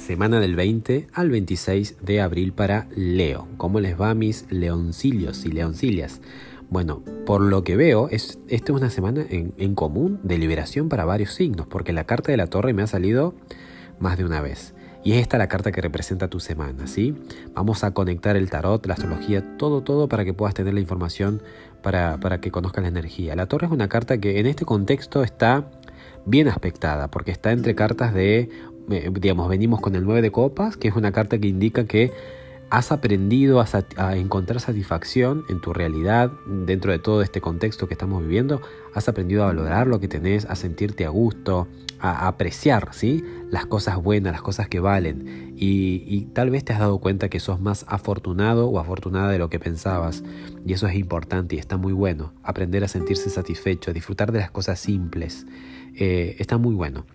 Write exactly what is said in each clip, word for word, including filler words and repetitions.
semana del veinte al veintiséis de abril para Leo. ¿Cómo les va, mis leoncillos y leoncillas? Bueno, por lo que veo, es, esta es una semana en, en común de liberación para varios signos, porque la carta de la torre me ha salido más de una vez. Y es esta la carta que representa tu semana, ¿sí? Vamos a conectar el tarot, la astrología, todo, todo para que puedas tener la información para, para que conozcas la energía. La torre es una carta que en este contexto está bien aspectada, porque está entre cartas de, eh, digamos, venimos con el nueve de copas, que es una carta que indica que has aprendido a, sat- a encontrar satisfacción en tu realidad dentro de todo este contexto que estamos viviendo. Has aprendido a valorar lo que tenés, a sentirte a gusto, a, a apreciar, ¿sí?, las cosas buenas, las cosas que valen. Y, y tal vez te has dado cuenta que sos más afortunado o afortunada de lo que pensabas. Y eso es importante y está muy bueno. Aprender a sentirse satisfecho, a disfrutar de las cosas simples. Eh, está muy bueno.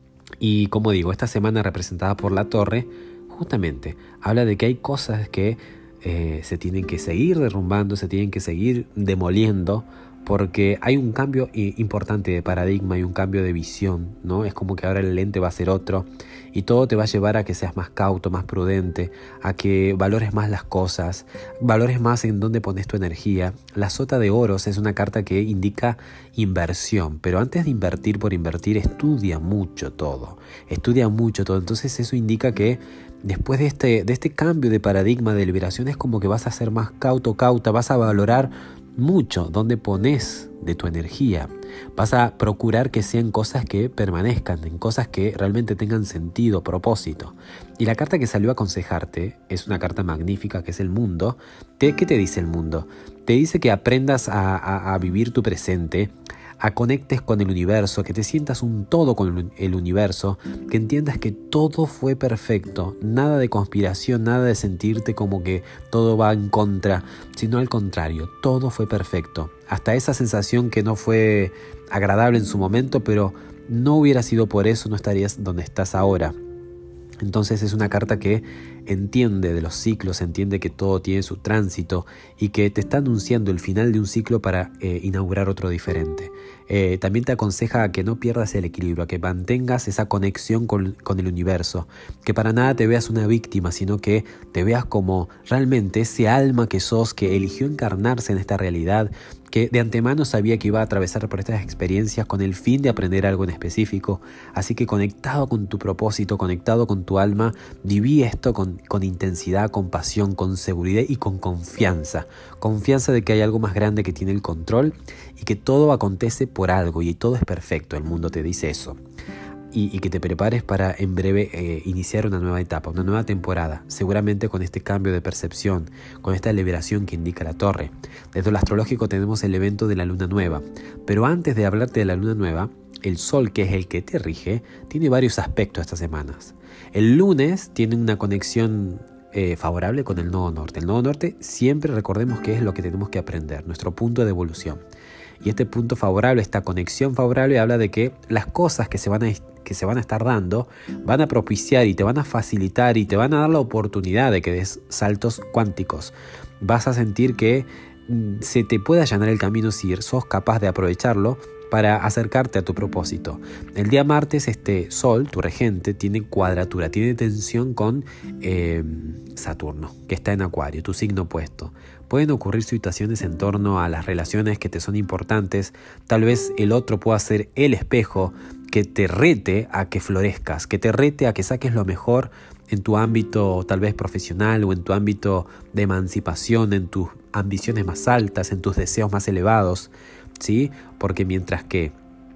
Y como digo, esta semana representada por la torre, justamente habla de que hay cosas que eh, se tienen que seguir derrumbando, se tienen que seguir demoliendo, porque hay un cambio importante de paradigma y un cambio de visión, ¿no? Es como que ahora el lente va a ser otro y todo te va a llevar a que seas más cauto, más prudente, a que valores más las cosas, valores más en dónde pones tu energía. La sota de oros es una carta que indica inversión, pero antes de invertir por invertir, estudia mucho todo, estudia mucho todo. Entonces eso indica que después de este, de este cambio de paradigma de liberación es como que vas a ser más cauto, cauta, vas a valorar mucho dónde pones de tu energía. Vas a procurar que sean cosas que permanezcan, en cosas que realmente tengan sentido, propósito. Y la carta que salió a aconsejarte es una carta magnífica, que es el mundo. ¿Qué te dice el mundo? Te dice que aprendas a, a, a vivir tu presente, a conectes con el universo, que te sientas un todo con el universo, que entiendas que todo fue perfecto, nada de conspiración, nada de sentirte como que todo va en contra, sino al contrario, todo fue perfecto. Hasta esa sensación que no fue agradable en su momento, pero no hubiera sido por eso, no estarías donde estás ahora. Entonces es una carta que entiende de los ciclos, entiende que todo tiene su tránsito y que te está anunciando el final de un ciclo para eh, inaugurar otro diferente. Eh, también te aconseja a que no pierdas el equilibrio, a que mantengas esa conexión con, con el universo, que para nada te veas una víctima, sino que te veas como realmente ese alma que sos, que eligió encarnarse en esta realidad, que de antemano sabía que iba a atravesar por estas experiencias con el fin de aprender algo en específico. Así que conectado con tu propósito, conectado con tu alma, viví esto con, con intensidad, con pasión, con seguridad y con confianza. Confianza de que hay algo más grande que tiene el control y que todo acontece por algo y todo es perfecto. El mundo te dice eso. Y, y que te prepares para en breve eh, iniciar una nueva etapa, una nueva temporada, seguramente con este cambio de percepción, con esta liberación que indica la torre. Desde lo astrológico tenemos el evento de la luna nueva, pero antes de hablarte de la luna nueva, el sol, que es el que te rige, tiene varios aspectos estas semanas. El lunes tiene una conexión eh, favorable con el nodo norte. El nodo norte siempre recordemos que es lo que tenemos que aprender, nuestro punto de evolución. Y este punto favorable, esta conexión favorable, habla de que las cosas que se van a, que se van a estar dando van a propiciar y te van a facilitar y te van a dar la oportunidad de que des saltos cuánticos. Vas a sentir que mm, se te puede allanar el camino si sos capaz de aprovecharlo para acercarte a tu propósito. El día martes, este Sol, tu regente, tiene cuadratura, tiene tensión con eh, Saturno, que está en Acuario, tu signo opuesto. Pueden ocurrir situaciones en torno a las relaciones que te son importantes. Tal vez el otro pueda ser el espejo que te rete a que florezcas, que te rete a que saques lo mejor en tu ámbito tal vez profesional o en tu ámbito de emancipación, en tus ambiciones más altas, en tus deseos más elevados, ¿sí? Porque mientras que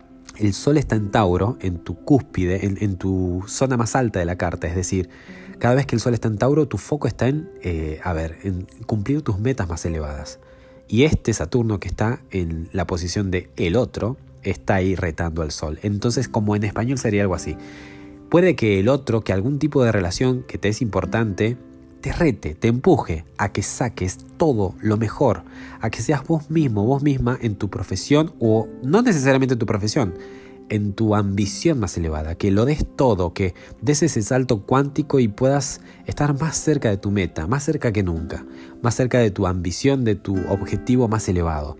el sol está en Tauro, en tu cúspide, en, en tu zona más alta de la carta, es decir, cada vez que el sol está en Tauro, tu foco está en, eh, a ver, en cumplir tus metas más elevadas. Y este Saturno que está en la posición de el otro, está ahí retando al sol. Entonces, como en español sería algo así. Puede que el otro, que algún tipo de relación que te es importante, te rete, te empuje a que saques todo lo mejor, a que seas vos mismo, vos misma en tu profesión o no necesariamente en tu profesión, en tu ambición más elevada, que lo des todo, que des ese salto cuántico y puedas estar más cerca de tu meta, más cerca que nunca, más cerca de tu ambición, de tu objetivo más elevado.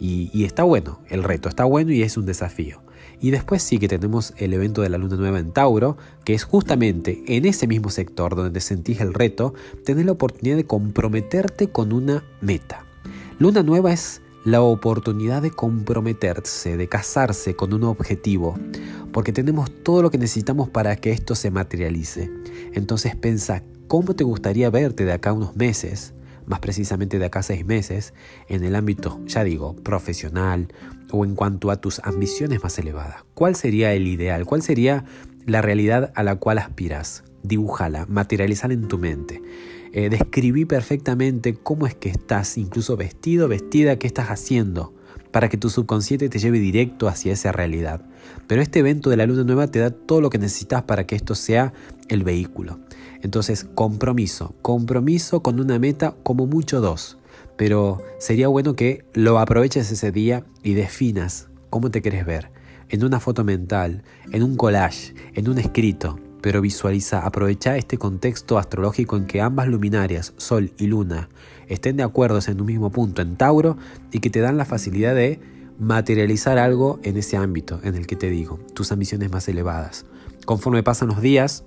Y, y está bueno, el reto está bueno y es un desafío. Y después sí que tenemos el evento de la luna nueva en Tauro, que es justamente en ese mismo sector donde sentís el reto, tenés la oportunidad de comprometerte con una meta. Luna nueva es la oportunidad de comprometerse, de casarse con un objetivo, porque tenemos todo lo que necesitamos para que esto se materialice. Entonces piensa, ¿cómo te gustaría verte de acá a unos meses? Más precisamente de acá a seis meses, en el ámbito, ya digo, profesional o en cuanto a tus ambiciones más elevadas. ¿Cuál sería el ideal? ¿Cuál sería la realidad a la cual aspiras? Dibújala, materializala en tu mente. Eh, describí perfectamente cómo es que estás, incluso vestido, vestida, qué estás haciendo, para que tu subconsciente te lleve directo hacia esa realidad. Pero este evento de la luna nueva te da todo lo que necesitas para que esto sea el vehículo. Entonces, compromiso, compromiso con una meta, como mucho dos, pero sería bueno que lo aproveches ese día y definas cómo te quieres ver, en una foto mental, en un collage, en un escrito, pero visualiza, aprovecha este contexto astrológico en que ambas luminarias, Sol y Luna, estén de acuerdo en un mismo punto en Tauro y que te dan la facilidad de materializar algo en ese ámbito en el que te digo, tus ambiciones más elevadas. Conforme pasan los días,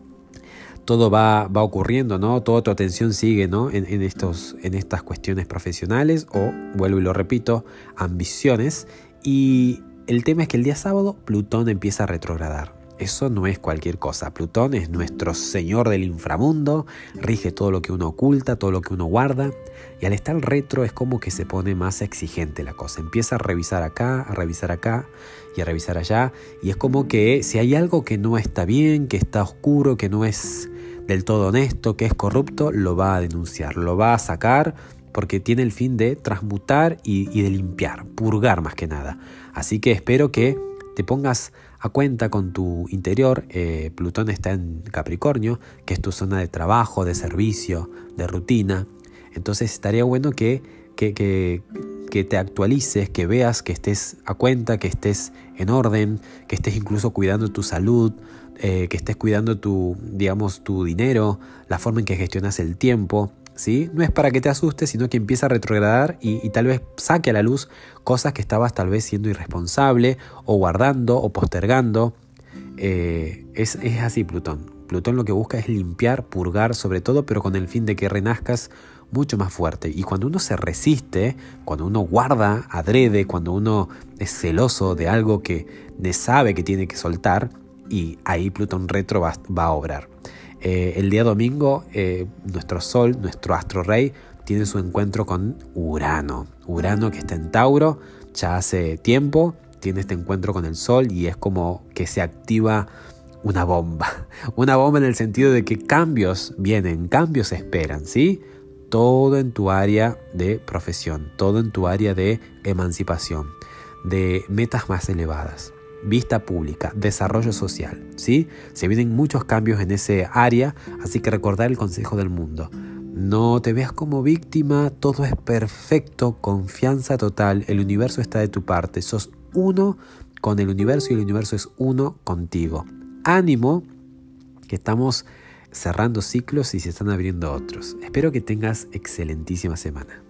todo va, va ocurriendo, ¿no? Toda tu atención sigue, ¿no? en, en, estos, en estas cuestiones profesionales o, vuelvo y lo repito, ambiciones. Y el tema es que el día sábado Plutón empieza a retrogradar. Eso no es cualquier cosa. Plutón es nuestro señor del inframundo, rige todo lo que uno oculta, todo lo que uno guarda. Y al estar retro es como que se pone más exigente la cosa. Empieza a revisar acá, a revisar acá y a revisar allá. Y es como que si hay algo que no está bien, que está oscuro, que no es del todo honesto, que es corrupto, lo va a denunciar, lo va a sacar, porque tiene el fin de transmutar y, y de limpiar, purgar más que nada. Así que espero que te pongas a cuenta con tu interior. eh, Plutón está en Capricornio, que es tu zona de trabajo, de servicio, de rutina. Entonces estaría bueno que, que, que, que te actualices, que veas, que estés a cuenta, que estés en orden, que estés incluso cuidando tu salud, eh, que estés cuidando tu, digamos, tu dinero, la forma en que gestionas el tiempo. ¿Sí? No es para que te asustes, sino que empieza a retrogradar y, y tal vez saque a la luz cosas que estabas tal vez siendo irresponsable o guardando o postergando. Eh, es, es así Plutón. Plutón lo que busca es limpiar, purgar sobre todo, pero con el fin de que renazcas mucho más fuerte. Y cuando uno se resiste, cuando uno guarda adrede, cuando uno es celoso de algo que sabe que tiene que soltar, y ahí Plutón retro va, va a obrar. Eh, el día domingo, eh, nuestro Sol, nuestro astro rey, tiene su encuentro con Urano. Urano, que está en Tauro, ya hace tiempo, tiene este encuentro con el Sol y es como que se activa una bomba. Una bomba en el sentido de que cambios vienen, cambios se esperan, ¿sí? Todo en tu área de profesión, todo en tu área de emancipación, de metas más elevadas. Vista pública, desarrollo social, ¿sí? Se vienen muchos cambios en ese área, así que recordar el consejo del mundo. No te veas como víctima, todo es perfecto, confianza total, el universo está de tu parte, sos uno con el universo y el universo es uno contigo. Ánimo, que estamos cerrando ciclos y se están abriendo otros. Espero que tengas excelentísima semana.